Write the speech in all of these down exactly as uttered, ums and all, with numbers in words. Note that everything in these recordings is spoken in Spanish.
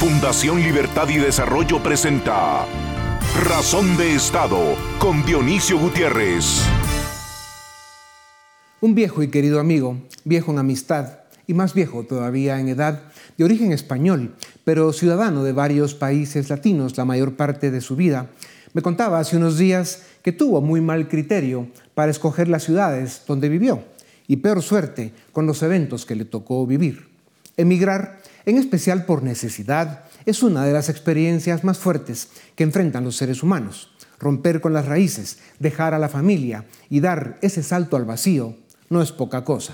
Fundación Libertad y Desarrollo presenta Razón de Estado con Dionisio Gutiérrez. Un viejo y querido amigo, viejo en amistad y más viejo todavía en edad, de origen español, pero ciudadano de varios países latinos la mayor parte de su vida, me contaba hace unos días que tuvo muy mal criterio para escoger las ciudades donde vivió y peor suerte con los eventos que le tocó vivir. Emigrar, en especial por necesidad, es una de las experiencias más fuertes que enfrentan los seres humanos. Romper con las raíces, dejar a la familia y dar ese salto al vacío no es poca cosa.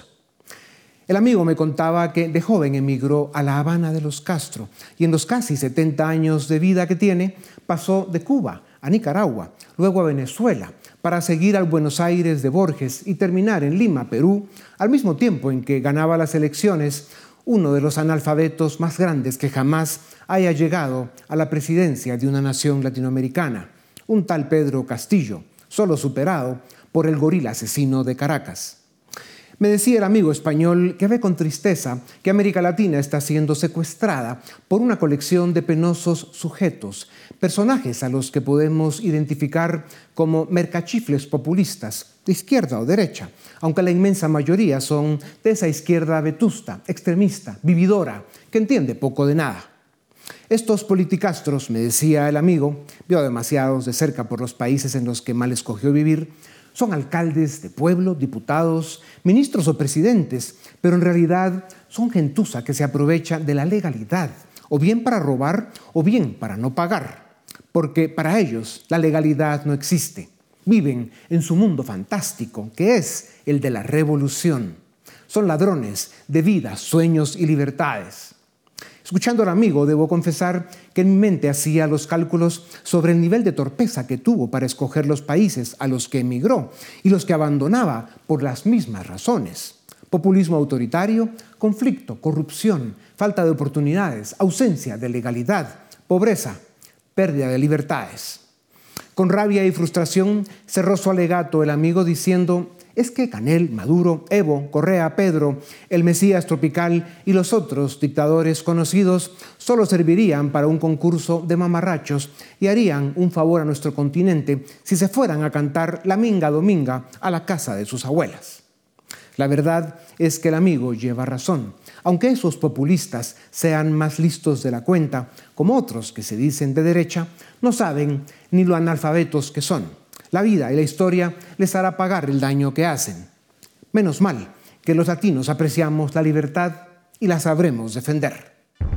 El amigo me contaba que de joven emigró a La Habana de los Castro y en los casi setenta años de vida que tiene pasó de Cuba a Nicaragua, luego a Venezuela, para seguir al Buenos Aires de Borges y terminar en Lima, Perú, al mismo tiempo en que ganaba las elecciones uno de los analfabetos más grandes que jamás haya llegado a la presidencia de una nación latinoamericana, un tal Pedro Castillo, solo superado por el gorila asesino de Caracas. Me decía el amigo español que ve con tristeza que América Latina está siendo secuestrada por una colección de penosos sujetos, personajes a los que podemos identificar como mercachifles populistas, de izquierda o derecha, aunque la inmensa mayoría son de esa izquierda vetusta, extremista, vividora, que entiende poco de nada. Estos politicastros, me decía el amigo, vio demasiados de cerca por los países en los que mal escogió vivir, son alcaldes de pueblo, diputados, ministros o presidentes, pero en realidad son gentuza que se aprovecha de la legalidad, o bien para robar o bien para no pagar, porque para ellos la legalidad no existe. Viven en su mundo fantástico, que es el de la revolución. Son ladrones de vidas, sueños y libertades. Escuchando al amigo, debo confesar que en mi mente hacía los cálculos sobre el nivel de torpeza que tuvo para escoger los países a los que emigró y los que abandonaba por las mismas razones. Populismo autoritario, conflicto, corrupción, falta de oportunidades, ausencia de legalidad, pobreza, pérdida de libertades. Con rabia y frustración cerró su alegato el amigo diciendo: es que Canel, Maduro, Evo, Correa, Pedro, el Mesías tropical y los otros dictadores conocidos solo servirían para un concurso de mamarrachos y harían un favor a nuestro continente si se fueran a cantar la minga dominga a la casa de sus abuelas. La verdad es que el amigo lleva razón. Aunque esos populistas sean más listos de la cuenta, como otros que se dicen de derecha, no saben ni lo analfabetos que son. La vida y la historia les hará pagar el daño que hacen. Menos mal que los latinos apreciamos la libertad y la sabremos defender.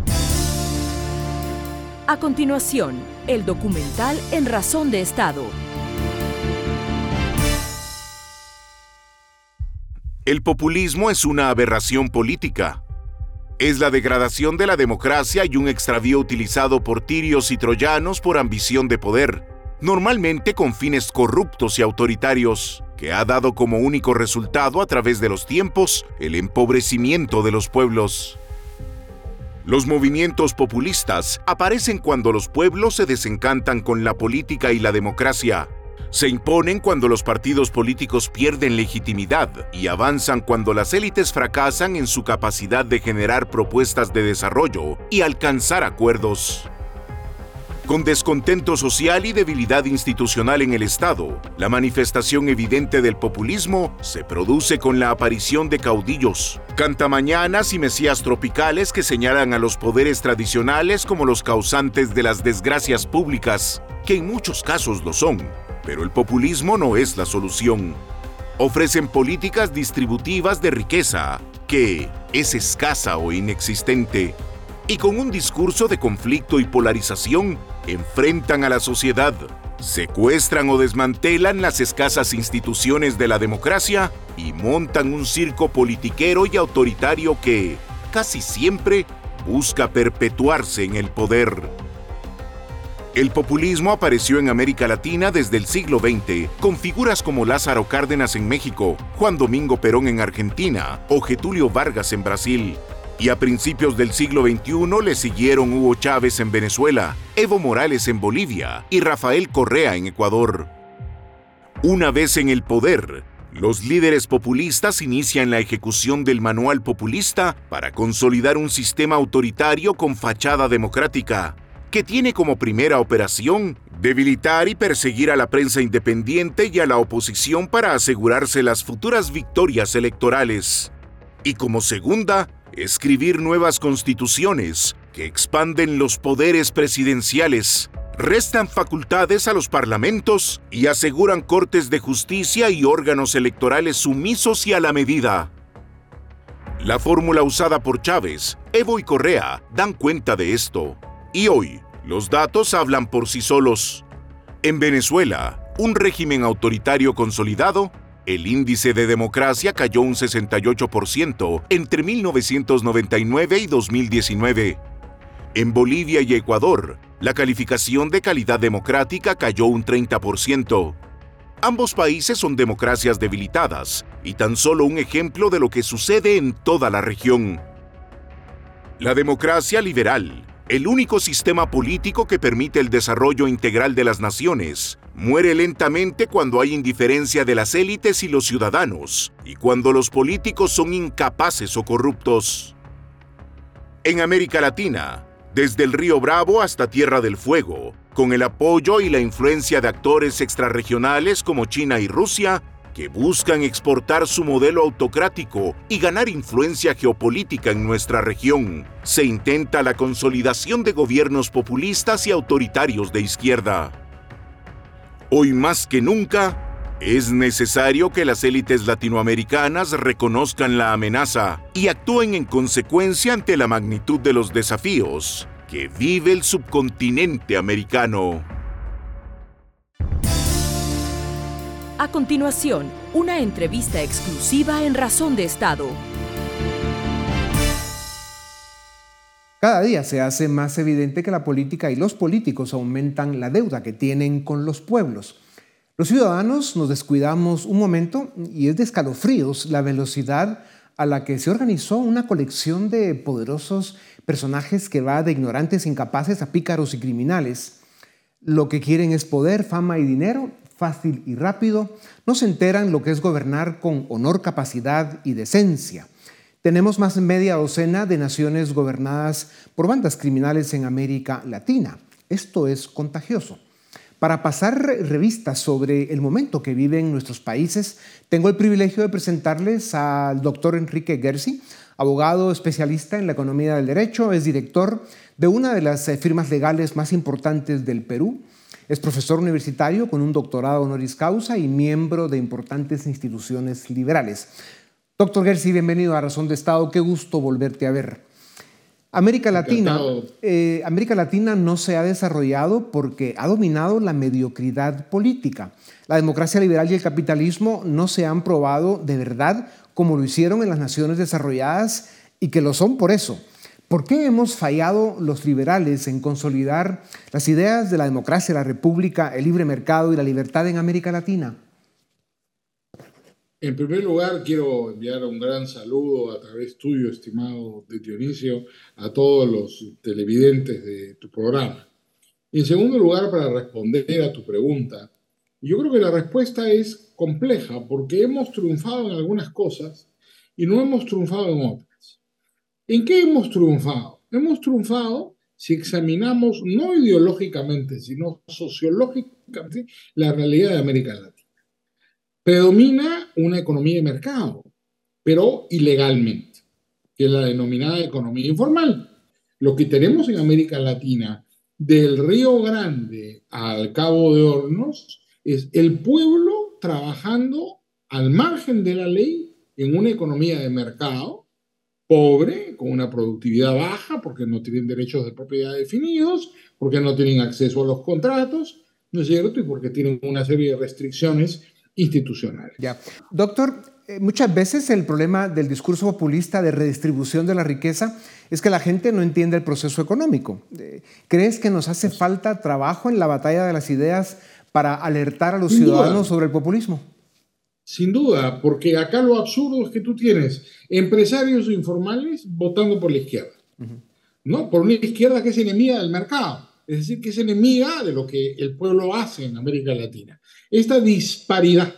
A continuación, el documental En Razón de Estado. El populismo es una aberración política. Es la degradación de la democracia y un extravío utilizado por tirios y troyanos por ambición de poder, normalmente con fines corruptos y autoritarios, que ha dado como único resultado a través de los tiempos el empobrecimiento de los pueblos. Los movimientos populistas aparecen cuando los pueblos se desencantan con la política y la democracia. Se imponen cuando los partidos políticos pierden legitimidad y avanzan cuando las élites fracasan en su capacidad de generar propuestas de desarrollo y alcanzar acuerdos. Con descontento social y debilidad institucional en el Estado, la manifestación evidente del populismo se produce con la aparición de caudillos, cantamañanas y mesías tropicales que señalan a los poderes tradicionales como los causantes de las desgracias públicas, que en muchos casos lo son. Pero el populismo no es la solución. Ofrecen políticas distributivas de riqueza, que es escasa o inexistente, y con un discurso de conflicto y polarización, enfrentan a la sociedad, secuestran o desmantelan las escasas instituciones de la democracia y montan un circo politiquero y autoritario que, casi siempre, busca perpetuarse en el poder. El populismo apareció en América Latina desde el siglo veinte, con figuras como Lázaro Cárdenas en México, Juan Domingo Perón en Argentina o Getúlio Vargas en Brasil. Y a principios del siglo veintiuno le siguieron Hugo Chávez en Venezuela, Evo Morales en Bolivia y Rafael Correa en Ecuador. Una vez en el poder, Los líderes populistas inician la ejecución del manual populista para consolidar un sistema autoritario con fachada democrática, que tiene como primera operación debilitar y perseguir a la prensa independiente y a la oposición para asegurarse las futuras victorias electorales. Y como segunda, escribir nuevas constituciones que expanden los poderes presidenciales, restan facultades a los parlamentos y aseguran cortes de justicia y órganos electorales sumisos y a la medida. La fórmula usada por Chávez, Evo y Correa dan cuenta de esto. Y hoy, los datos hablan por sí solos. En Venezuela, un régimen autoritario consolidado, el índice de democracia cayó un sesenta y ocho por ciento entre mil novecientos noventa y nueve y dos mil diecinueve. En Bolivia y Ecuador, la calificación de calidad democrática cayó un treinta por ciento. Ambos países son democracias debilitadas y tan solo un ejemplo de lo que sucede en toda la región. La democracia liberal, el único sistema político que permite el desarrollo integral de las naciones, muere lentamente cuando hay indiferencia de las élites y los ciudadanos, y cuando los políticos son incapaces o corruptos. En América Latina, desde el Río Bravo hasta Tierra del Fuego, con el apoyo y la influencia de actores extrarregionales como China y Rusia, que buscan exportar su modelo autocrático y ganar influencia geopolítica en nuestra región, se intenta la consolidación de gobiernos populistas y autoritarios de izquierda. Hoy más que nunca, es necesario que las élites latinoamericanas reconozcan la amenaza y actúen en consecuencia ante la magnitud de los desafíos que vive el subcontinente americano. A continuación, una entrevista exclusiva en Razón de Estado. Cada día se hace más evidente que la política y los políticos aumentan la deuda que tienen con los pueblos. Los ciudadanos nos descuidamos un momento y es de escalofríos la velocidad a la que se organizó una colección de poderosos personajes que va de ignorantes incapaces a pícaros y criminales. Lo que quieren es poder, fama y dinero, fácil y rápido. No se enteran lo que es gobernar con honor, capacidad y decencia. Tenemos más de media docena de naciones gobernadas por bandas criminales en América Latina. Esto es contagioso. Para pasar revistas sobre el momento que viven nuestros países, tengo el privilegio de presentarles al doctor Enrique Gersi, abogado especialista en la economía del derecho, es director de una de las firmas legales más importantes del Perú, es profesor universitario con un doctorado honoris causa y miembro de importantes instituciones liberales. Doctor Gersi, bienvenido a Razón de Estado, qué gusto volverte a ver. América Latina, eh, América Latina no se ha desarrollado porque ha dominado la mediocridad política. La democracia liberal y el capitalismo no se han probado de verdad como lo hicieron en las naciones desarrolladas y que lo son por eso. ¿Por qué hemos fallado los liberales en consolidar las ideas de la democracia, la república, el libre mercado y la libertad en América Latina? En primer lugar, quiero enviar un gran saludo a través tuyo, estimado de Dionisio, a todos los televidentes de tu programa. En segundo lugar, para responder a tu pregunta, yo creo que la respuesta es compleja porque hemos triunfado en algunas cosas y no hemos triunfado en otras. ¿En qué hemos triunfado? Hemos triunfado si examinamos no ideológicamente, sino sociológicamente la realidad de América Latina. Predomina una economía de mercado, pero ilegalmente, que es la denominada economía informal. Lo que tenemos en América Latina, del Río Grande al Cabo de Hornos, es el pueblo trabajando al margen de la ley en una economía de mercado, pobre, con una productividad baja, porque no tienen derechos de propiedad definidos, porque no tienen acceso a los contratos, ¿no es cierto? Y porque tienen una serie de restricciones institucionales. Ya. Doctor, eh, muchas veces el problema del discurso populista de redistribución de la riqueza es que la gente no entiende el proceso económico. Eh, ¿Crees que nos hace falta trabajo en la batalla de las ideas para alertar a los Sin ciudadanos duda. sobre el populismo? Sin duda, porque acá lo absurdo es que tú tienes empresarios informales votando por la izquierda, uh-huh. ¿no? Por una izquierda que es enemiga del mercado, es decir, que es enemiga de lo que el pueblo hace en América Latina. Esta disparidad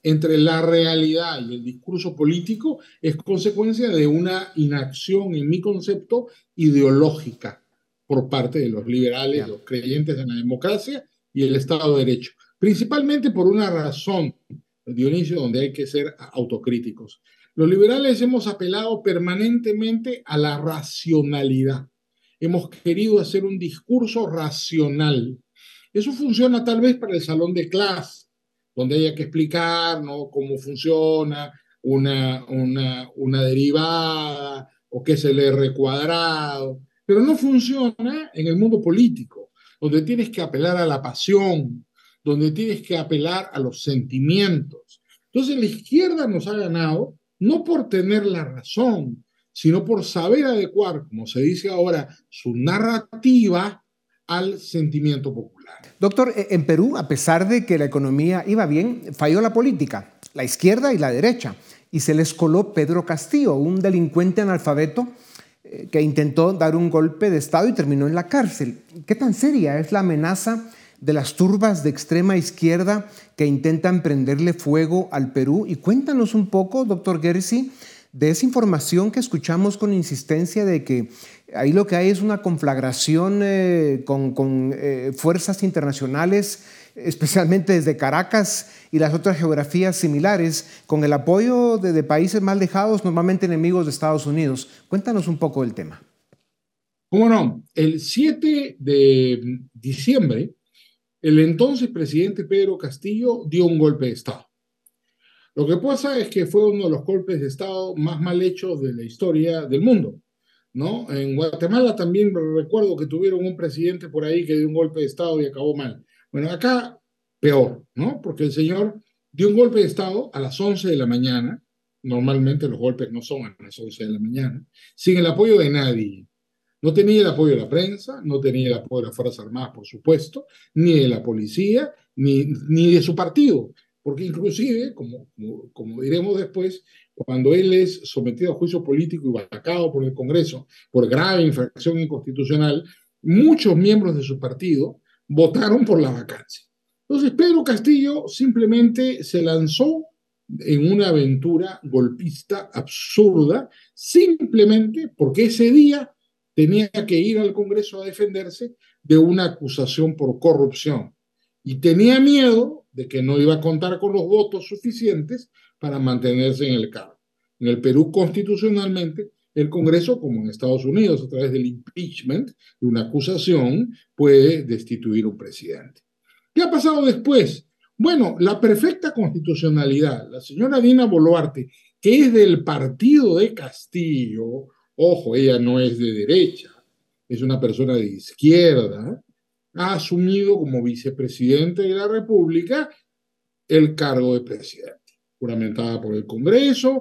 entre la realidad y el discurso político es consecuencia de una inacción, en mi concepto, ideológica por parte de los liberales, Ya. los creyentes en la democracia y el Estado de Derecho. Principalmente por una razón, Dionisio, donde hay que ser autocríticos. Los liberales hemos apelado permanentemente a la racionalidad. Hemos querido hacer un discurso racional. Eso funciona tal vez para el salón de clase, donde haya que explicar, ¿no?, cómo funciona una, una, una derivada o qué es el R cuadrado, pero no funciona en el mundo político, donde tienes que apelar a la pasión, donde tienes que apelar a los sentimientos. Entonces la izquierda nos ha ganado no por tener la razón, sino por saber adecuar, como se dice ahora, su narrativa al sentimiento popular. Doctor, eh, en Perú, a pesar de que la economía iba bien, falló la política, la izquierda y la derecha, y se les coló Pedro Castillo, un delincuente analfabeto eh, que intentó dar un golpe de Estado y terminó en la cárcel. ¿Qué tan seria es la amenaza de las turbas de extrema izquierda que intentan prenderle fuego al Perú? Y cuéntanos un poco, doctor Gersi, de esa información que escuchamos con insistencia de que ahí lo que hay es una conflagración eh, con, con eh, fuerzas internacionales, especialmente desde Caracas y las otras geografías similares, con el apoyo de, de países más alejados, normalmente enemigos de Estados Unidos. Cuéntanos un poco del tema. ¿Cómo no? El siete de diciembre, el entonces presidente Pedro Castillo dio un golpe de Estado. Lo que pasa es que fue uno de los golpes de Estado más mal hechos de la historia del mundo, ¿no? En Guatemala también recuerdo que tuvieron un presidente por ahí que dio un golpe de Estado y acabó mal. Bueno, acá peor, ¿no? Porque el señor dio un golpe de Estado a las once de la mañana, normalmente los golpes no son a las once de la mañana, sin el apoyo de nadie. No tenía el apoyo de la prensa, no tenía el apoyo de las Fuerzas Armadas, por supuesto, ni de la policía, ni, ni de su partido. Porque inclusive, como, como, como diremos después, cuando él es sometido a juicio político y vacado por el Congreso por grave infracción inconstitucional, muchos miembros de su partido votaron por la vacancia. Entonces, Pedro Castillo simplemente se lanzó en una aventura golpista absurda, simplemente porque ese día tenía que ir al Congreso a defenderse de una acusación por corrupción. Y tenía miedo de que no iba a contar con los votos suficientes para mantenerse en el cargo. En el Perú, constitucionalmente, el Congreso, como en Estados Unidos, a través del impeachment, de una acusación, puede destituir un presidente. ¿Qué ha pasado después? Bueno, la perfecta constitucionalidad. La señora Dina Boluarte, que es del partido de Castillo, ojo, ella no es de derecha, es una persona de izquierda, ha asumido como vicepresidente de la República el cargo de presidente, juramentada por el Congreso,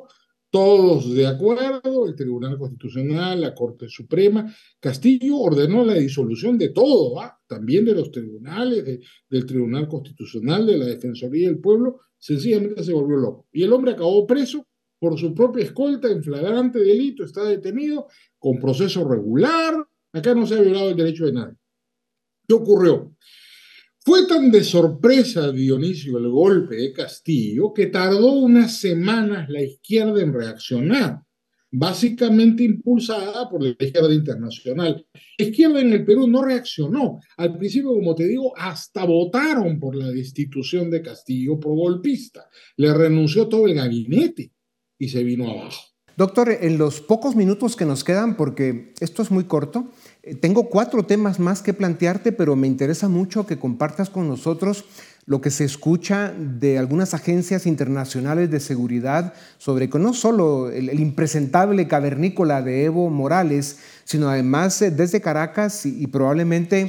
todos de acuerdo, el Tribunal Constitucional, la Corte Suprema. Castillo ordenó la disolución de todo, ¿eh? También de los tribunales, de, del Tribunal Constitucional, de la Defensoría del Pueblo, sencillamente se volvió loco. Y el hombre acabó preso por su propia escolta en flagrante delito, está detenido con proceso regular, acá no se ha violado el derecho de nadie. ¿Qué ocurrió? Fue tan de sorpresa, Dionisio, el golpe de Castillo, que tardó unas semanas la izquierda en reaccionar, básicamente impulsada por la izquierda internacional. La izquierda en el Perú no reaccionó. Al principio, como te digo, hasta votaron por la destitución de Castillo por golpista. Le renunció todo el gabinete y se vino abajo. Doctor, en los pocos minutos que nos quedan, porque esto es muy corto, tengo cuatro temas más que plantearte, pero me interesa mucho que compartas con nosotros lo que se escucha de algunas agencias internacionales de seguridad sobre que no solo el, el impresentable cavernícola de Evo Morales, sino además eh, desde Caracas y, y probablemente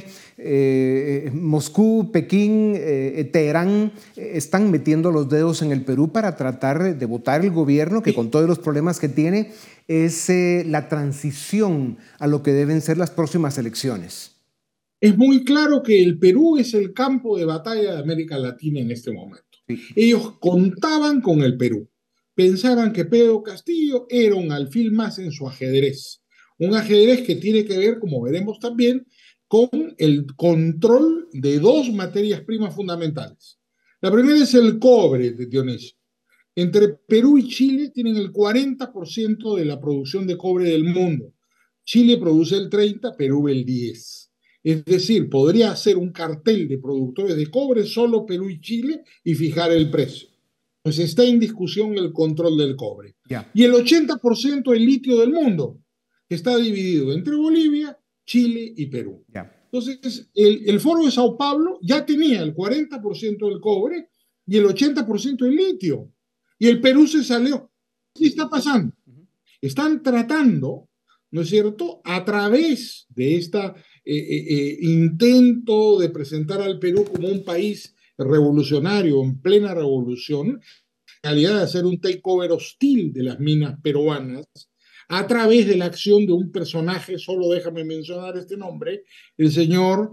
eh, Moscú, Pekín, eh, Teherán eh, están metiendo los dedos en el Perú para tratar de votar el gobierno que con todos los problemas que tiene es eh, la transición a lo que deben ser las próximas elecciones. Es muy claro que el Perú es el campo de batalla de América Latina en este momento. Sí. Ellos contaban con el Perú. Pensaban que Pedro Castillo era un alfil más en su ajedrez. Un ajedrez que tiene que ver, como veremos también, con el control de dos materias primas fundamentales. La primera es el cobre, de Dionisio. Entre Perú y Chile tienen el cuarenta por ciento de la producción de cobre del mundo. Chile produce el treinta por ciento, Perú el diez por ciento. Es decir, podría hacer un cartel de productores de cobre solo Perú y Chile y fijar el precio. Pues está en discusión el control del cobre. Ya. Y el ochenta por ciento del litio del mundo, que está dividido entre Bolivia, Chile y Perú. Ya. Entonces, el, el Foro de Sao Paulo ya tenía el cuarenta por ciento del cobre y el ochenta por ciento del litio. Y el Perú se salió. ¿Qué está pasando? Están tratando, ¿no es cierto?, a través de este eh, eh, intento de presentar al Perú como un país revolucionario, en plena revolución, en realidad de hacer un takeover hostil de las minas peruanas, a través de la acción de un personaje, solo déjame mencionar este nombre, el señor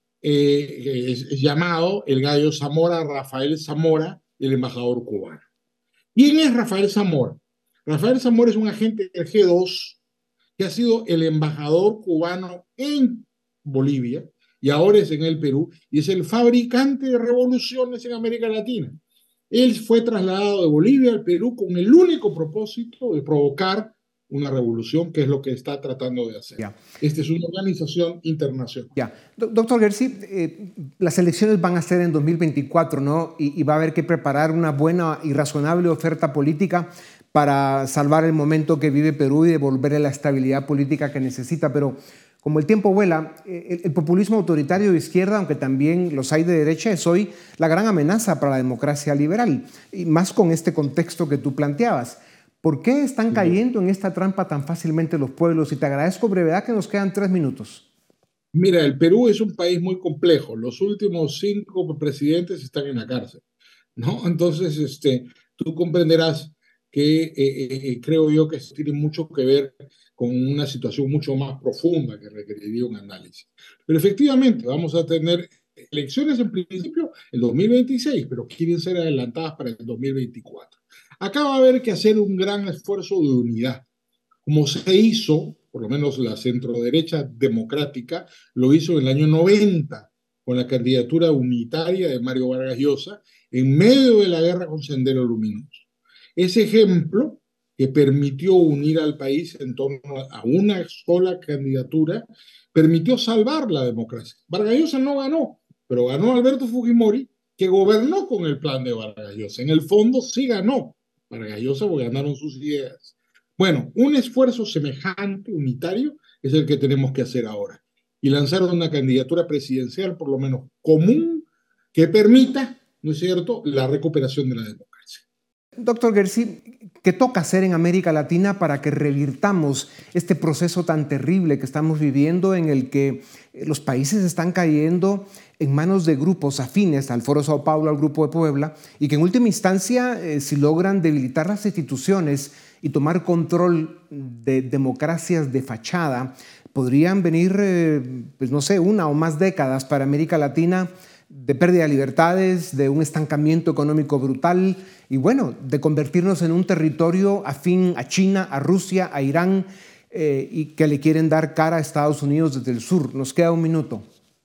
eh, es, es llamado el Gallo Zamora, Rafael Zamora, el embajador cubano. ¿Quién es Rafael Zamora? Rafael Zamora es un agente del G dos que ha sido el embajador cubano en Bolivia y ahora es en el Perú y es el fabricante de revoluciones en América Latina. Él fue trasladado de Bolivia al Perú con el único propósito de provocar una revolución, que es lo que está tratando de hacer. Ya. Esta es una organización internacional. Ya. Doctor Gersi, eh, las elecciones van a ser en dos mil veinticuatro, ¿no? Y, y va a haber que preparar una buena y razonable oferta política para salvar el momento que vive Perú y devolverle la estabilidad política que necesita. Pero como el tiempo vuela, el, el populismo autoritario de izquierda, aunque también los hay de derecha, es hoy la gran amenaza para la democracia liberal, y más con este contexto que tú planteabas. ¿Por qué están cayendo en esta trampa tan fácilmente los pueblos? Y te agradezco brevedad, que nos quedan tres minutos. Mira, el Perú es un país muy complejo. Los últimos cinco presidentes están en la cárcel, ¿no? Entonces, este, tú comprenderás que eh, eh, creo yo que esto tiene mucho que ver con una situación mucho más profunda que requeriría un análisis. Pero efectivamente, vamos a tener elecciones en principio el dos mil veintiséis, pero quieren ser adelantadas para el dos mil veinticuatro. Acá va a haber que hacer un gran esfuerzo de unidad, como se hizo, por lo menos la centroderecha democrática, lo hizo en el año noventa, con la candidatura unitaria de Mario Vargas Llosa, en medio de la guerra con Sendero Luminoso. Ese ejemplo que permitió unir al país en torno a una sola candidatura, permitió salvar la democracia. Vargas Llosa no ganó, pero ganó Alberto Fujimori, que gobernó con el plan de Vargas Llosa. En el fondo sí ganó Vargas Llosa, porque ganaron sus ideas. Bueno, un esfuerzo semejante, unitario, es el que tenemos que hacer ahora. Y lanzar una candidatura presidencial, por lo menos común, que permita, ¿no es cierto?, la recuperación de la democracia. Doctor Gersi, ¿qué toca hacer en América Latina para que revirtamos este proceso tan terrible que estamos viviendo, en el que los países están cayendo en manos de grupos afines al Foro Sao Paulo, al Grupo de Puebla, y que en última instancia, eh, si logran debilitar las instituciones y tomar control de democracias de fachada, podrían venir, eh, pues no sé, una o más décadas para América Latina de pérdida de libertades, de un estancamiento económico brutal y, bueno, de convertirnos en un territorio afín a China, a Rusia, a Irán, eh, y que le quieren dar cara a Estados Unidos desde el sur. Nos queda un minuto.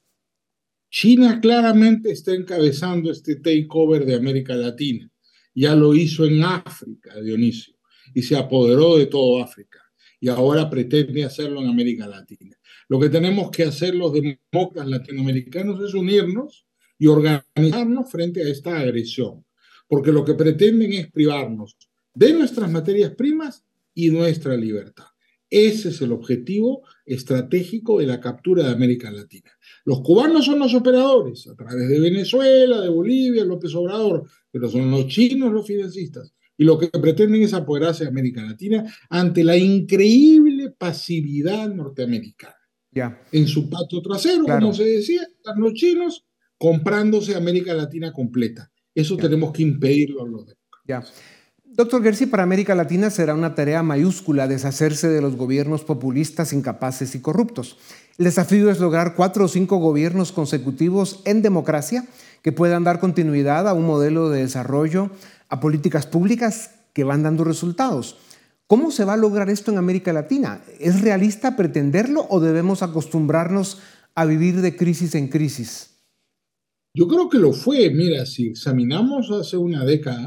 China claramente está encabezando este takeover de América Latina. Ya lo hizo en África, Dionisio, y se apoderó de todo África. Y ahora pretende hacerlo en América Latina. Lo que tenemos que hacer los demócratas latinoamericanos es unirnos y organizarnos frente a esta agresión, porque lo que pretenden es privarnos de nuestras materias primas y nuestra libertad. Ese es el objetivo estratégico de la captura de América Latina. Los cubanos son los operadores, a través de Venezuela, de Bolivia, López Obrador, pero son los chinos los financistas. Y lo que pretenden es apoderarse de América Latina ante la increíble pasividad norteamericana. Ya. En su patio trasero, Claro. como se decía, están los chinos comprándose América Latina completa. Eso Ya. tenemos que impedirlo a los demócratas. Ya. Doctor Gersi, para América Latina será una tarea mayúscula deshacerse de los gobiernos populistas, incapaces y corruptos. El desafío es lograr cuatro o cinco gobiernos consecutivos en democracia que puedan dar continuidad a un modelo de desarrollo, a políticas públicas que van dando resultados. ¿Cómo se va a lograr esto en América Latina? ¿Es realista pretenderlo o debemos acostumbrarnos a vivir de crisis en crisis? Yo creo que lo fue. Mira, si examinamos hace una década,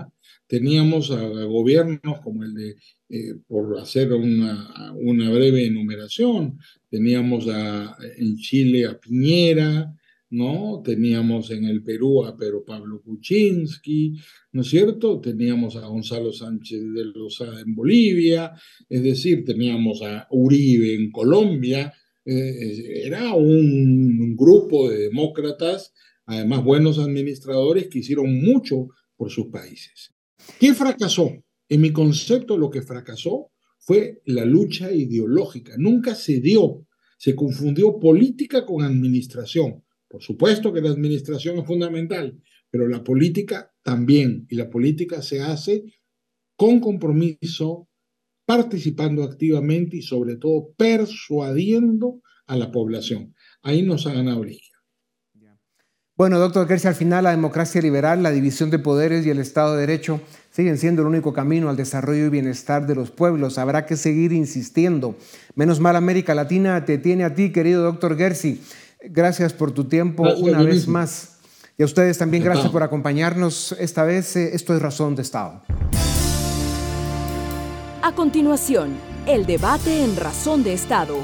teníamos a, a gobiernos como el de, eh, por hacer una, una breve enumeración, teníamos a, en Chile a Piñera, ¿no? Teníamos en el Perú a Pedro Pablo Kuczynski, ¿no es cierto? Teníamos a Gonzalo Sánchez de Lozada en Bolivia, es decir, teníamos a Uribe en Colombia. Eh, era un grupo de demócratas, además buenos administradores, que hicieron mucho por sus países. ¿Qué fracasó? En mi concepto, lo que fracasó fue la lucha ideológica. Nunca se dio, se confundió política con administración. Por supuesto que la administración es fundamental, pero la política también. Y la política se hace con compromiso, participando activamente y sobre todo persuadiendo a la población. Ahí nos ha ganado la izquierda. Bueno, doctor Gersi, al final la democracia liberal, la división de poderes y el Estado de Derecho siguen siendo el único camino al desarrollo y bienestar de los pueblos. Habrá que seguir insistiendo. Menos mal América Latina te tiene a ti, querido doctor Gersi. Gracias por tu tiempo gracias, una vez mismo. más. Y a ustedes también gracias por acompañarnos. Esta vez eh, esto es Razón de Estado. A continuación, el debate en Razón de Estado.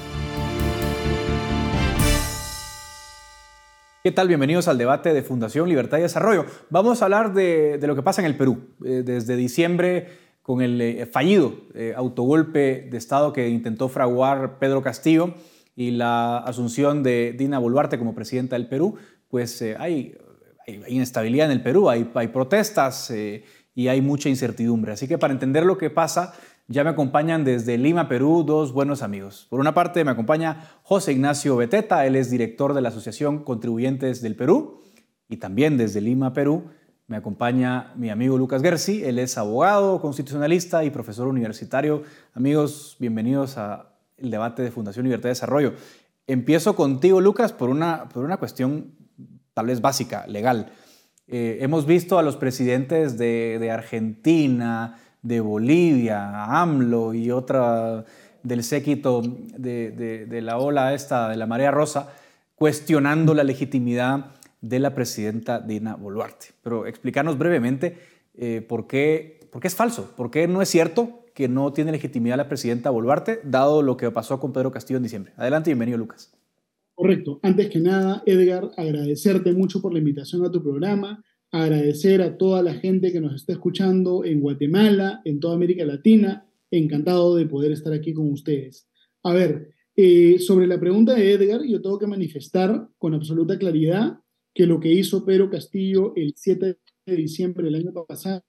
¿Qué tal? Bienvenidos al debate de Fundación Libertad y Desarrollo. Vamos a hablar de, de lo que pasa en el Perú. Eh, desde diciembre, con el eh, fallido eh, autogolpe de Estado que intentó fraguar Pedro Castillo y la asunción de Dina Boluarte como presidenta del Perú, pues eh, hay, hay inestabilidad en el Perú, hay, hay protestas eh, y hay mucha incertidumbre. Así que para entender lo que pasa, ya me acompañan desde Lima, Perú, dos buenos amigos. Por una parte me acompaña José Ignacio Beteta, él es director de la Asociación Contribuyentes del Perú, y también desde Lima, Perú, me acompaña mi amigo Lucas Gersi, él es abogado, constitucionalista y profesor universitario. Amigos, bienvenidos al debate de Fundación Libertad y Desarrollo. Empiezo contigo, Lucas, por una, por una cuestión tal vez básica, legal. Eh, hemos visto a los presidentes de, de Argentina, de Bolivia, AMLO y otra del séquito de, de, de la ola esta, de la marea rosa, cuestionando la legitimidad de la presidenta Dina Boluarte. Pero explícanos brevemente eh, por qué, por qué es falso, por qué no es cierto que no tiene legitimidad la presidenta Boluarte, dado lo que pasó con Pedro Castillo en diciembre. Adelante y bienvenido, Lucas. Correcto. Antes que nada, Edgar, agradecerte mucho por la invitación a tu programa. Agradecer a toda la gente que nos está escuchando en Guatemala, en toda América Latina. Encantado de poder estar aquí con ustedes. A ver, eh, sobre la pregunta de Edgar, yo tengo que manifestar con absoluta claridad que lo que hizo Pedro Castillo el siete de diciembre del año pasado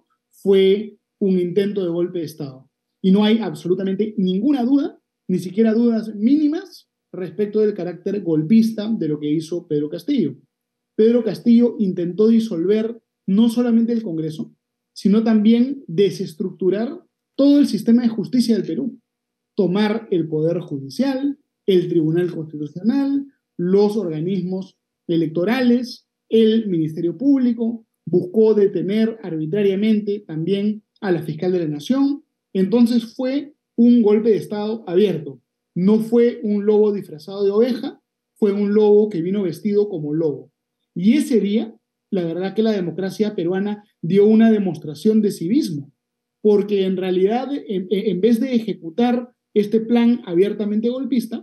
fue un intento de golpe de Estado. Y no hay absolutamente ninguna duda, ni siquiera dudas mínimas, respecto del carácter golpista de lo que hizo Pedro Castillo. Pedro Castillo intentó disolver no solamente el Congreso, sino también desestructurar todo el sistema de justicia del Perú. Tomar el Poder Judicial, el Tribunal Constitucional, los organismos electorales, el Ministerio Público, buscó detener arbitrariamente también a la fiscal de la Nación. Entonces fue un golpe de Estado abierto. No fue un lobo disfrazado de oveja, fue un lobo que vino vestido como lobo. Y ese día, la verdad que la democracia peruana dio una demostración de civismo, porque en realidad, en, en vez de ejecutar este plan abiertamente golpista,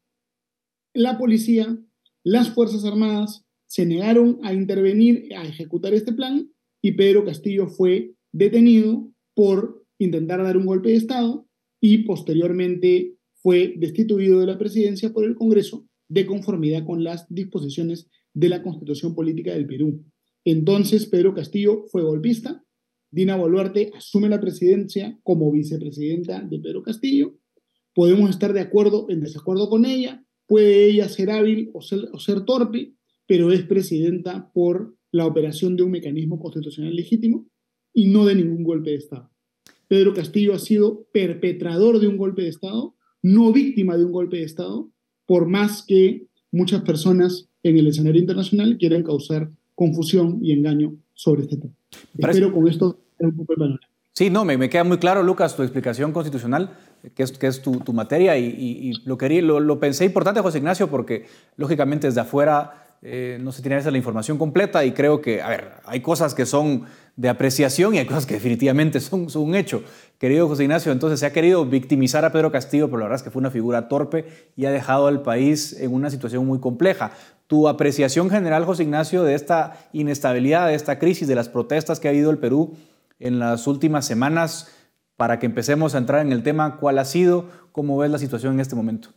la policía, las Fuerzas Armadas se negaron a intervenir, a ejecutar este plan, y Pedro Castillo fue detenido por intentar dar un golpe de Estado y posteriormente fue destituido de la presidencia por el Congreso de conformidad con las disposiciones de la Constitución Política del Perú. Entonces, Pedro Castillo fue golpista, Dina Boluarte asume la presidencia como vicepresidenta de Pedro Castillo. Podemos estar de acuerdo en desacuerdo con ella, puede ella ser hábil o ser, o ser torpe, pero es presidenta por la operación de un mecanismo constitucional legítimo y no de ningún golpe de Estado. Pedro Castillo ha sido perpetrador de un golpe de Estado, no víctima de un golpe de Estado, por más que muchas personas en el escenario internacional quieren causar confusión y engaño sobre este tema. Parece... Espero con esto un poco el panorama. Sí, no, me, me queda muy claro, Lucas, tu explicación constitucional, que es, que es tu, tu materia, y, y, y lo, quería, lo, lo pensé importante, José Ignacio, porque lógicamente desde afuera eh, no se tiene esa la información completa y creo que, a ver, hay cosas que son de apreciación y hay cosas que definitivamente son, son un hecho. Querido José Ignacio, entonces se ha querido victimizar a Pedro Castillo, pero la verdad es que fue una figura torpe y ha dejado al país en una situación muy compleja. Tu apreciación general, José Ignacio, de esta inestabilidad, de esta crisis, de las protestas que ha habido el Perú en las últimas semanas, para que empecemos a entrar en el tema, ¿cuál ha sido? ¿Cómo ves la situación en este momento?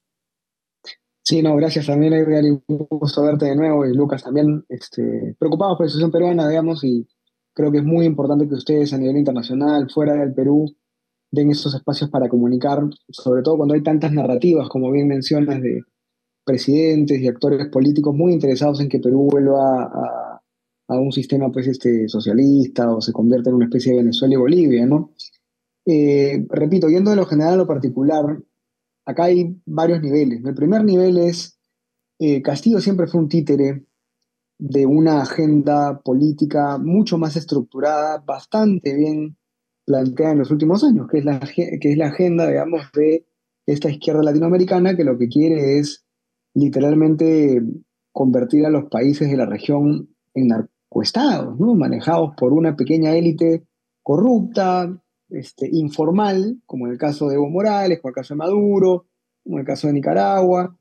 Sí, no, gracias también, Edgar, y un gusto verte de nuevo, y Lucas también, este, preocupados por la situación peruana, digamos, y creo que es muy importante que ustedes a nivel internacional, fuera del Perú, den esos espacios para comunicar, sobre todo cuando hay tantas narrativas, como bien mencionas, de presidentes y actores políticos muy interesados en que Perú vuelva a, a un sistema pues, este, socialista o se convierta en una especie de Venezuela y Bolivia, ¿no? Eh, repito, yendo de lo general a lo particular, acá hay varios niveles. El primer nivel es, eh, Castillo siempre fue un títere de una agenda política mucho más estructurada, bastante bien planteada en los últimos años, que es la, que es la agenda, digamos, de esta izquierda latinoamericana que lo que quiere es literalmente convertir a los países de la región en narcoestados, ¿no? Manejados por una pequeña élite corrupta, este, informal, como en el caso de Evo Morales, como en el caso de Maduro, como en el caso de Nicaragua.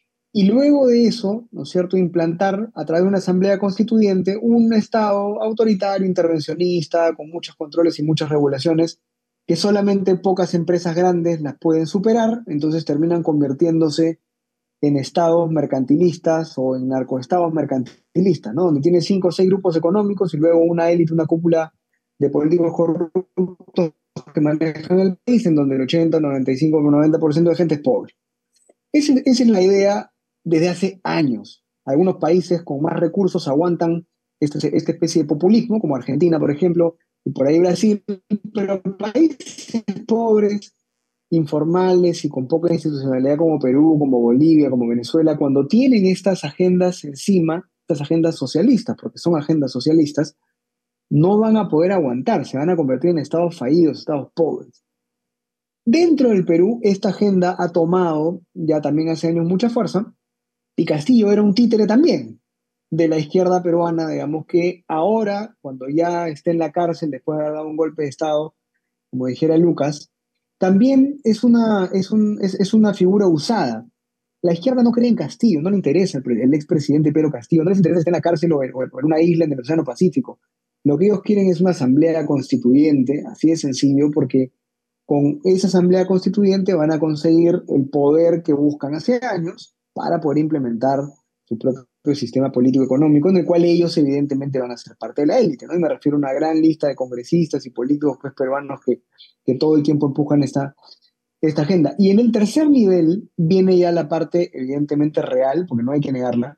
Y luego de eso, ¿no es cierto?, implantar a través de una asamblea constituyente un Estado autoritario, intervencionista, con muchos controles y muchas regulaciones, que solamente pocas empresas grandes las pueden superar, entonces terminan convirtiéndose en estados mercantilistas o en narcoestados mercantilistas, ¿no? Donde tiene cinco o seis grupos económicos y luego una élite, una cúpula de políticos corruptos que manejan el país, en donde el ochenta, noventa y cinco, noventa por ciento de gente es pobre. Esa, esa es la idea desde hace años. Algunos países con más recursos aguantan este, esta especie de populismo, como Argentina, por ejemplo, y por ahí Brasil, pero países pobres, informales y con poca institucionalidad como Perú, como Bolivia, como Venezuela, cuando tienen estas agendas encima, estas agendas socialistas, porque son agendas socialistas, no van a poder aguantar, se van a convertir en estados fallidos, estados pobres. Dentro del Perú, esta agenda ha tomado ya también hace años mucha fuerza, y Castillo era un títere también de la izquierda peruana, digamos, que ahora, cuando ya está en la cárcel después de haber dado un golpe de Estado, como dijera Lucas, también es una, es un, es, es una figura usada. La izquierda no cree en Castillo, no le interesa el, el expresidente Pedro Castillo, no les interesa estar en la cárcel o en, o en una isla en el Océano Pacífico. Lo que ellos quieren es una asamblea constituyente, así de sencillo, porque con esa asamblea constituyente van a conseguir el poder que buscan hace años para poder implementar su propio sistema político-económico, en el cual ellos evidentemente van a ser parte de la élite, ¿no? Y me refiero a una gran lista de congresistas y políticos pues, peruanos que, que todo el tiempo empujan esta, esta agenda. Y en el tercer nivel viene ya la parte evidentemente real, porque no hay que negarla,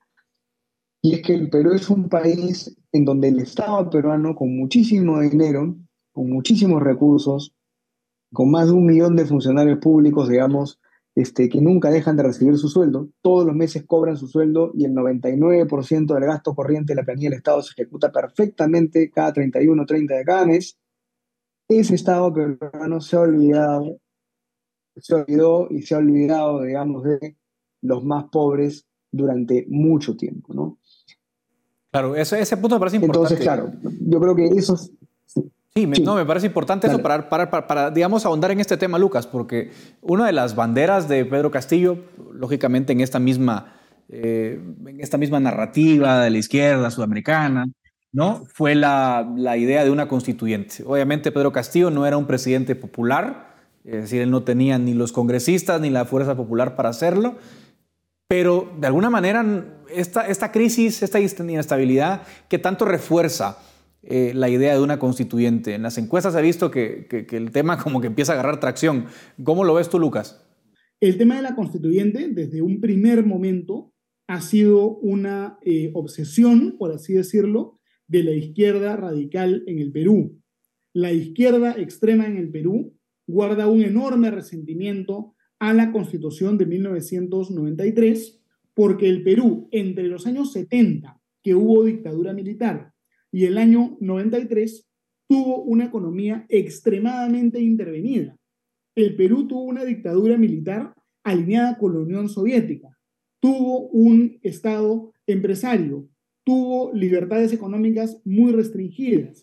y es que el Perú es un país en donde el Estado peruano, con muchísimo dinero, con muchísimos recursos, con más de un millón de funcionarios públicos, digamos, este, que nunca dejan de recibir su sueldo, todos los meses cobran su sueldo y el noventa y nueve por ciento del gasto corriente de la planilla del Estado se ejecuta perfectamente cada treinta y uno o treinta de cada mes. Ese Estado peruano se ha olvidado, se olvidó y se ha olvidado, digamos, de los más pobres durante mucho tiempo, ¿no? Claro, ese, ese punto me parece importante. Entonces, claro, yo creo que eso... Sí, me, sí. No, me parece importante Dale. eso para, para, para, para, digamos, ahondar en este tema, Lucas, porque una de las banderas de Pedro Castillo, lógicamente en esta misma, eh, en esta misma narrativa de la izquierda sudamericana, ¿no? Fue la, la idea de una constituyente. Obviamente Pedro Castillo no era un presidente popular, es decir, él no tenía ni los congresistas ni la fuerza popular para hacerlo, pero de alguna manera esta, esta crisis, esta inestabilidad que tanto refuerza Eh, la idea de una constituyente. En las encuestas se ha visto que, que, que el tema como que empieza a agarrar tracción. ¿Cómo lo ves tú, Lucas? El tema de la constituyente, desde un primer momento, ha sido una eh, obsesión, por así decirlo, de la izquierda radical en el Perú. La izquierda extrema en el Perú guarda un enorme resentimiento a la Constitución de mil novecientos noventa y tres, porque el Perú, entre los años setenta, que hubo dictadura militar, y el año noventa y tres tuvo una economía extremadamente intervenida. El Perú tuvo una dictadura militar alineada con la Unión Soviética, tuvo un Estado empresario, tuvo libertades económicas muy restringidas,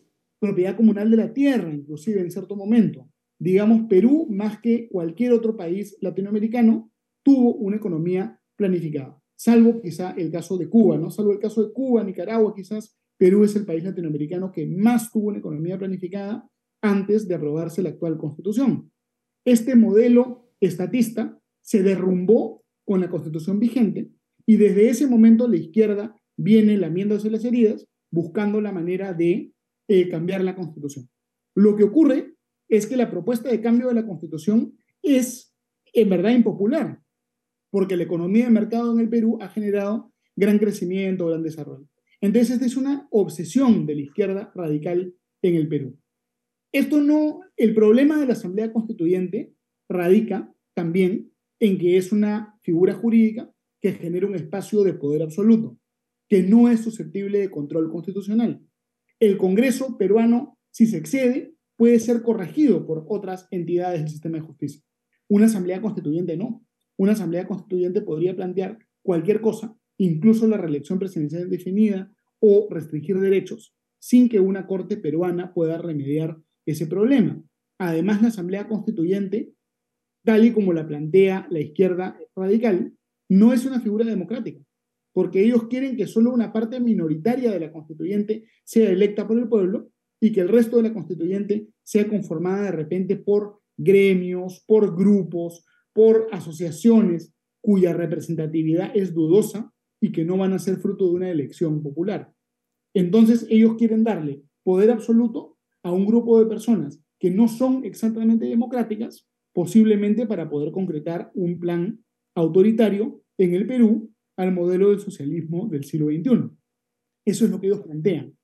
propiedad comunal de la tierra, inclusive en cierto momento. Digamos, Perú, más que cualquier otro país latinoamericano, tuvo una economía planificada, salvo quizá el caso de Cuba, ¿no? Salvo el caso de Cuba, Nicaragua, quizás Perú es el país latinoamericano que más tuvo una economía planificada antes de aprobarse la actual Constitución. Este modelo estatista se derrumbó con la Constitución vigente y desde ese momento la izquierda viene lamiéndose las heridas buscando la manera de eh, cambiar la Constitución. Lo que ocurre es que la propuesta de cambio de la Constitución es en verdad impopular, porque la economía de mercado en el Perú ha generado gran crecimiento, gran desarrollo. Entonces, esta es una obsesión de la izquierda radical en el Perú. Esto no, el problema de la Asamblea Constituyente radica también en que es una figura jurídica que genera un espacio de poder absoluto, que no es susceptible de control constitucional. El Congreso peruano, si se excede, puede ser corregido por otras entidades del sistema de justicia. Una Asamblea Constituyente no. Una Asamblea Constituyente podría plantear cualquier cosa, incluso la reelección presidencial indefinida o restringir derechos, sin que una corte peruana pueda remediar ese problema. Además, la Asamblea Constituyente, tal y como la plantea la izquierda radical, no es una figura democrática, porque ellos quieren que solo una parte minoritaria de la Constituyente sea electa por el pueblo y que el resto de la Constituyente sea conformada de repente por gremios, por grupos, por asociaciones cuya representatividad es dudosa y que no van a ser fruto de una elección popular. Entonces ellos quieren darle poder absoluto a un grupo de personas que no son exactamente democráticas, posiblemente para poder concretar un plan autoritario en el Perú al modelo del socialismo del siglo veintiuno. Eso es lo que ellos plantean.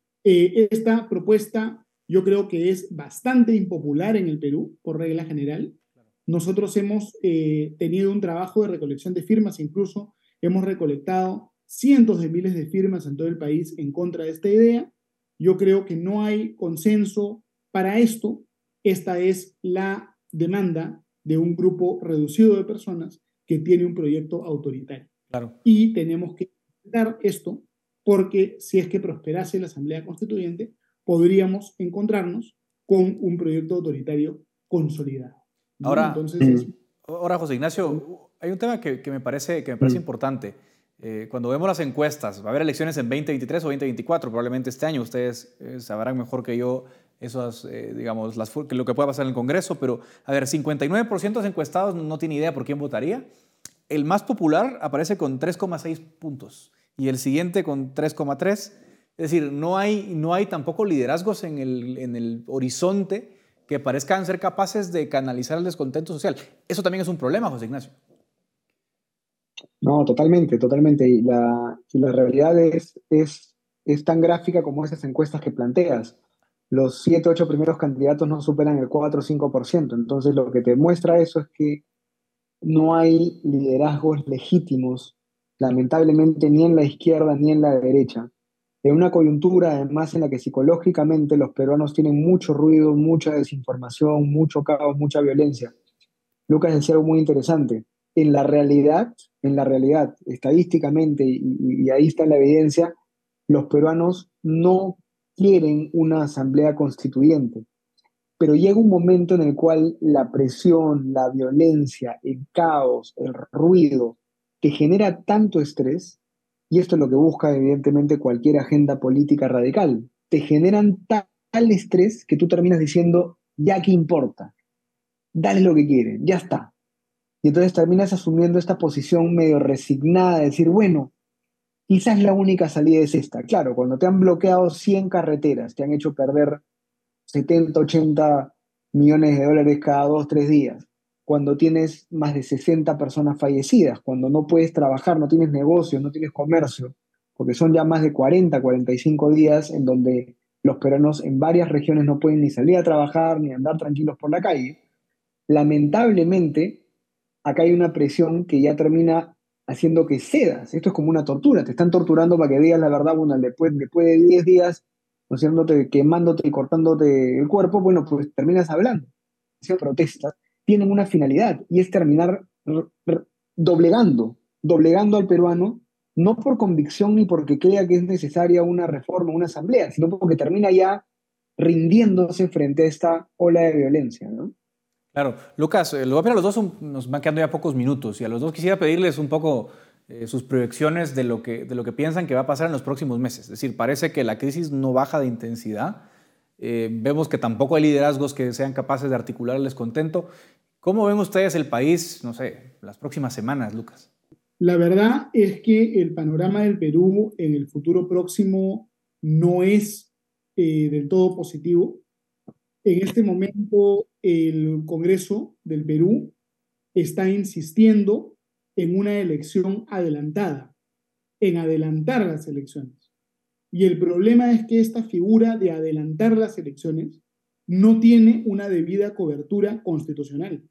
Eh, esta propuesta yo creo que es bastante impopular en el Perú, por regla general. Nosotros hemos eh, tenido un trabajo de recolección de firmas, incluso hemos recolectado cientos de miles de firmas en todo el país en contra de esta idea. Yo creo que no hay consenso para esto. Esta es la demanda de un grupo reducido de personas que tiene un proyecto autoritario. Claro. Y tenemos que dar esto porque si es que prosperase la Asamblea Constituyente, podríamos encontrarnos con un proyecto autoritario consolidado. ¿No? Ahora, Entonces, es... ahora, José Ignacio, hay un tema que, que me parece, que me parece mm. importante. Eh, cuando vemos las encuestas, va a haber elecciones en veinte veintitrés o veinte veinticuatro, probablemente este año. Ustedes eh, sabrán mejor que yo esas, eh, digamos, las, lo que pueda pasar en el Congreso, pero a ver, cincuenta y nueve por ciento de los encuestados no tiene idea por quién votaría. El más popular aparece con tres coma seis puntos y el siguiente con tres coma tres. Es decir, no hay, no hay tampoco liderazgos en el, en el horizonte que parezcan ser capaces de canalizar el descontento social. Eso también es un problema, José Ignacio. No, totalmente, totalmente. Y la, y la realidad es, es, es tan gráfica como esas encuestas que planteas. Los siete, ocho primeros candidatos no superan el cuatro o cinco por ciento. Entonces, lo que te muestra eso es que no hay liderazgos legítimos, lamentablemente, ni en la izquierda ni en la derecha. En una coyuntura, además, en la que psicológicamente los peruanos tienen mucho ruido, mucha desinformación, mucho caos, mucha violencia. Lucas decía algo muy interesante. En la realidad, en la realidad, estadísticamente, y, y ahí está la evidencia, los peruanos no quieren una asamblea constituyente. Pero llega un momento en el cual la presión, la violencia, el caos, el ruido, te genera tanto estrés, y esto es lo que busca evidentemente cualquier agenda política radical, te generan tal estrés que tú terminas diciendo, ya qué importa, dale lo que quieren, ya está. Y entonces terminas asumiendo esta posición medio resignada de decir, bueno, quizás la única salida es esta. Claro, cuando te han bloqueado cien carreteras, te han hecho perder setenta, ochenta millones de dólares cada dos, tres días, cuando tienes más de sesenta personas fallecidas, cuando no puedes trabajar, no tienes negocios, no tienes comercio, porque son ya más de cuarenta, cuarenta y cinco días en donde los peruanos en varias regiones no pueden ni salir a trabajar, ni andar tranquilos por la calle. Lamentablemente, acá hay una presión que ya termina haciendo que cedas. Esto es como una tortura, te están torturando para que digas la verdad, bueno, después, después de diez días, ¿no es cierto?, quemándote y cortándote el cuerpo, bueno, pues terminas hablando. Esas protestas tienen una finalidad, y es terminar doblegando, doblegando al peruano, no por convicción ni porque crea que es necesaria una reforma, una asamblea, sino porque termina ya rindiéndose frente a esta ola de violencia, ¿no? Claro. Lucas, eh, lo voy a pedir a los dos, un, nos van quedando ya pocos minutos, y a los dos quisiera pedirles un poco eh, sus proyecciones de lo, que, de lo que piensan que va a pasar en los próximos meses. Es decir, parece que la crisis no baja de intensidad, eh, vemos que tampoco hay liderazgos que sean capaces de articular el descontento. ¿Cómo ven ustedes el país, no sé, las próximas semanas, Lucas? La verdad es que el panorama del Perú en el futuro próximo no es eh, del todo positivo. En este momento, el Congreso del Perú está insistiendo en una elección adelantada, en adelantar las elecciones. Y el problema es que esta figura de adelantar las elecciones no tiene una debida cobertura constitucional.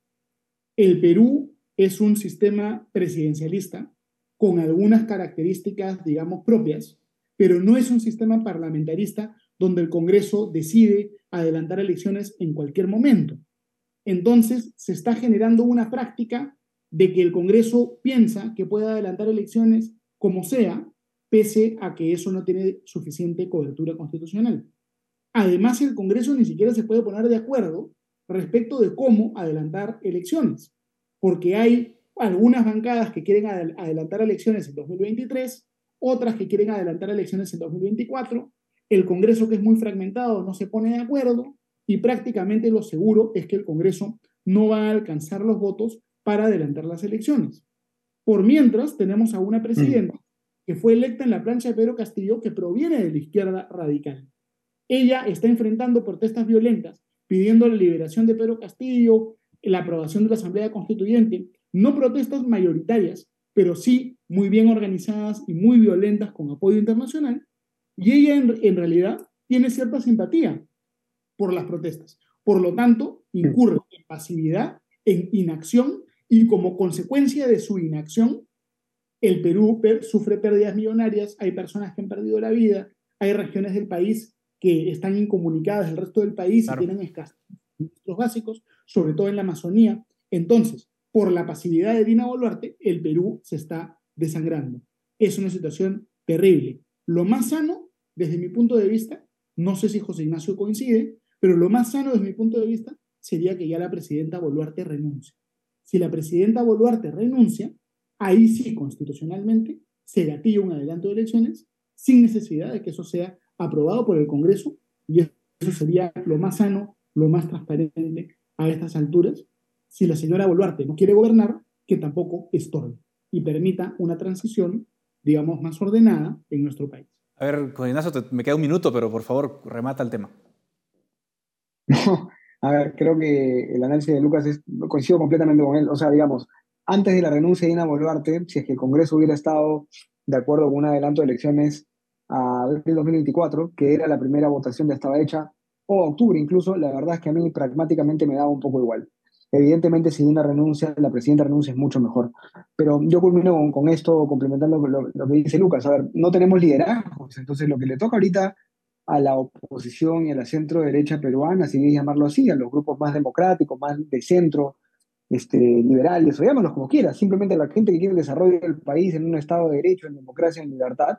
El Perú es un sistema presidencialista con algunas características, digamos, propias, pero no es un sistema parlamentarista donde el Congreso decide adelantar elecciones en cualquier momento. Entonces, se está generando una práctica de que el Congreso piensa que puede adelantar elecciones como sea, pese a que eso no tiene suficiente cobertura constitucional. Además, el Congreso ni siquiera se puede poner de acuerdo respecto de cómo adelantar elecciones, porque hay algunas bancadas que quieren adelantar elecciones en dos mil veintitrés, otras que quieren adelantar elecciones en dos mil veinticuatro, el Congreso, que es muy fragmentado, no se pone de acuerdo, y prácticamente lo seguro es que el Congreso no va a alcanzar los votos para adelantar las elecciones. Por mientras, tenemos a una presidenta mm. que fue electa en la plancha de Pedro Castillo, que proviene de la izquierda radical. Ella está enfrentando protestas violentas, pidiendo la liberación de Pedro Castillo, la aprobación de la Asamblea Constituyente, no protestas mayoritarias, pero sí muy bien organizadas y muy violentas con apoyo internacional, y ella en, en realidad tiene cierta simpatía por las protestas. Por lo tanto, incurre en pasividad, en inacción, y como consecuencia de su inacción, el Perú per, sufre pérdidas millonarias, hay personas que han perdido la vida, hay regiones del país que están incomunicadas del resto del país claro. y tienen escasos servicios básicos, sobre todo en la Amazonía. Entonces, por la pasividad de Dina Boluarte, el Perú se está desangrando. Es una situación terrible. Lo más sano, desde mi punto de vista, no sé si José Ignacio coincide, pero lo más sano desde mi punto de vista sería que ya la presidenta Boluarte renuncie. Si la presidenta Boluarte renuncia, ahí sí, constitucionalmente, se gatilla un adelanto de elecciones sin necesidad de que eso sea aprobado por el Congreso, y eso sería lo más sano, lo más transparente a estas alturas. Si la señora Boluarte no quiere gobernar, que tampoco estorbe y permita una transición, digamos, más ordenada en nuestro país. A ver, José Ignacio, te, me queda un minuto, pero por favor, remata el tema. No, a ver, creo que el análisis de Lucas es, coincido completamente con él. O sea, digamos, antes de la renuncia de Dina Boluarte, si es que el Congreso hubiera estado de acuerdo con un adelanto de elecciones a dos mil veinticuatro, que era la primera votación que estaba hecha, o a octubre incluso, la verdad es que a mí pragmáticamente me daba un poco igual. Evidentemente, si Dina renuncia, la presidenta renuncia es mucho mejor. Pero yo culmino con, con esto, complementando lo, lo que dice Lucas. A ver, no tenemos liderazgos, entonces lo que le toca ahorita a la oposición y a la centro-derecha peruana, si quieres llamarlo así, a los grupos más democráticos, más de centro, este, liberales, o llámalos como quieras, simplemente a la gente que quiere el desarrollo del país en un Estado de Derecho, en democracia, en libertad,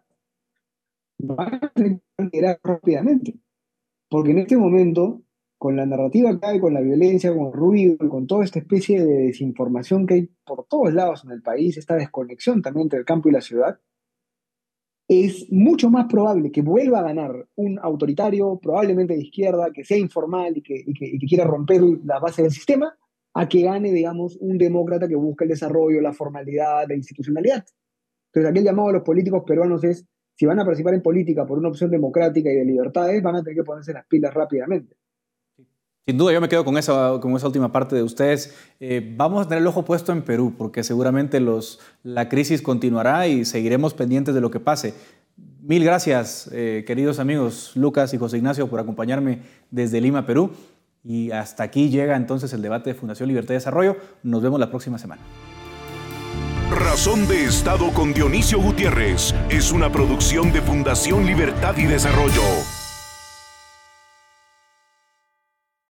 van a tener que liderar rápidamente. Porque en este momento, con la narrativa que hay, con la violencia, con el ruido, con toda esta especie de desinformación que hay por todos lados en el país, esta desconexión también entre el campo y la ciudad, es mucho más probable que vuelva a ganar un autoritario, probablemente de izquierda, que sea informal y que, y que, y que quiera romper la base del sistema, a que gane, digamos, un demócrata que busca el desarrollo, la formalidad, la institucionalidad. Entonces, aquel llamado a los políticos peruanos es, si van a participar en política por una opción democrática y de libertades, van a tener que ponerse las pilas rápidamente. Sin duda, yo me quedo con esa, con esa última parte de ustedes. Eh, vamos a tener el ojo puesto en Perú, porque seguramente los, la crisis continuará y seguiremos pendientes de lo que pase. Mil gracias, eh, queridos amigos Lucas y José Ignacio, por acompañarme desde Lima, Perú. Y hasta aquí llega entonces el debate de Fundación Libertad y Desarrollo. Nos vemos la próxima semana. Razón de Estado con Dionisio Gutiérrez es una producción de Fundación Libertad y Desarrollo.